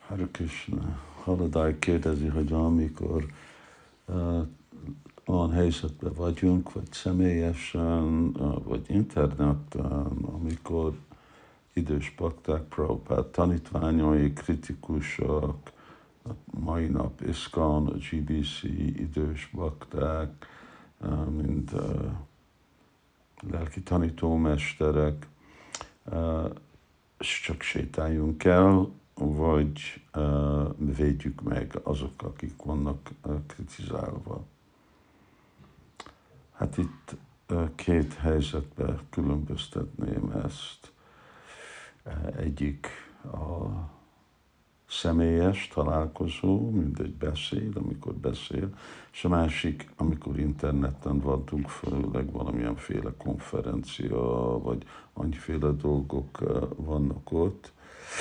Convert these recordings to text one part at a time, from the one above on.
Hare Krishna. Haladai kérdezi, hogy valamikor olyan helyzetben vagyunk, vagy személyesen, vagy interneten, amikor idős bakták, Prabhupád tanítványai, kritikusok, a mai nap ISKCON, a GBC, idős bakták, mint lelki tanítómesterek, és csak sétáljunk el, vagy védjük meg azok, akik vannak kritizálva. Hát itt két helyzetben különböztetném ezt. Egyik a személyes találkozó, mint egy beszéd, amikor beszél, és a másik, amikor interneten vagyunk, főleg valamilyenféle konferencia, vagy annyiféle dolgok vannak ott.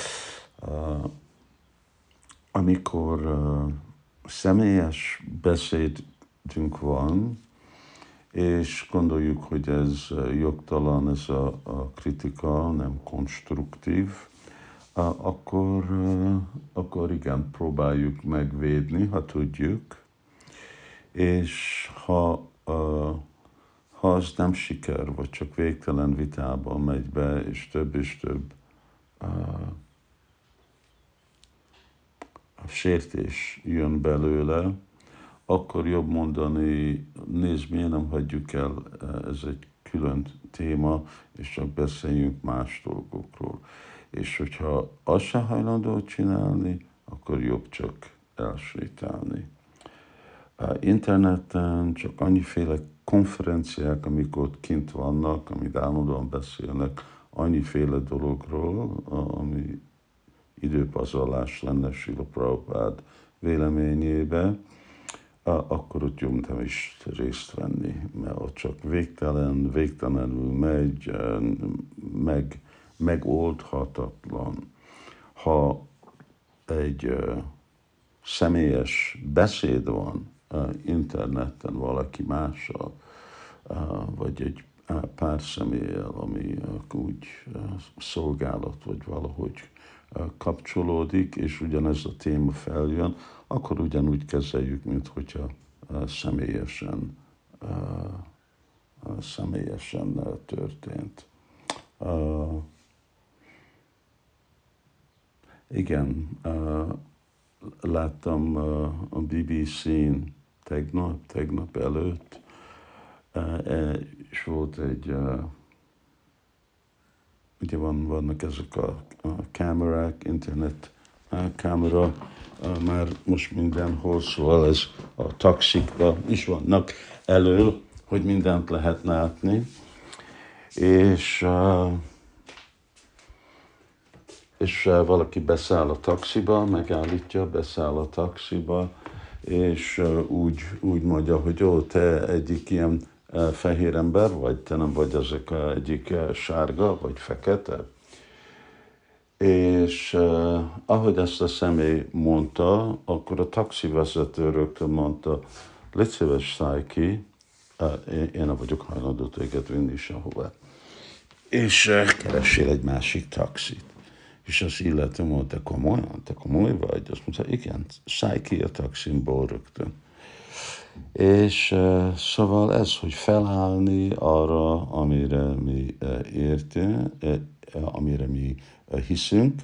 Amikor személyes beszédünk van, és gondoljuk, hogy ez jogtalan, ez a kritika, nem konstruktív, akkor igen, próbáljuk megvédni, ha tudjuk, és ha az nem siker, vagy csak végtelen vitában megy be, és több sértés jön belőle, akkor jobb mondani, nézd, miért nem hagyjuk el, ez egy külön téma, és csak beszéljünk más dolgokról. És hogyha azt se hajlandó csinálni, akkor jobb csak elsétálni. Interneten csak annyiféle konferenciák, amik ott kint vannak, amit állandóan beszélnek, annyiféle dologról, ami időpazarlás lenne Srila Prabhupád véleményébe, akkor ott jobb nem is részt venni, mert ott csak végtelenül megy, megoldhatatlan. Ha egy személyes beszéd van interneten valaki mással, vagy egy pár személlyel, ami úgy szolgálat, vagy valahogy kapcsolódik, és ugyanez a téma feljön, akkor ugyanúgy kezeljük, mint hogyha személyesen történt. Igen, láttam a BBC-n tegnap előtt, és volt egy, ugye vannak ezek a kamerák, internet kamera, már most mindenhol, szóval ez a taxikban is vannak elől, hogy mindent lehet látni, és valaki beszáll a taxiba, megállítja, beszáll a taxiba, és úgy mondja, hogy jó, te egyik ilyen fehér ember vagy, te nem vagy ezek egyik sárga vagy fekete. És ahogy ezt a személy mondta, akkor a taxivezető rögtön mondta, légy szíves, szállj ki, én nem vagyok hajlandó téged vinni sehova. És keressél egy másik taxit. És az illető mondta, te komoly vagy? Azt mondta, igen, szállj ki a taximból rögtön. És szóval ez, hogy felállni arra, amire mi értünk, amire mi hiszünk,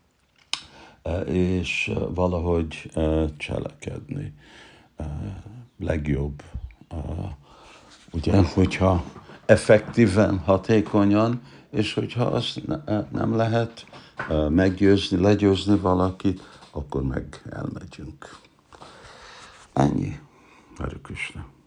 és valahogy cselekedni. Legjobb, ugye, hogyha effektíven, hatékonyan, és hogyha azt nem lehet legyőzni valakit, akkor meg elmegyünk. Ennyi. Hare Krishna.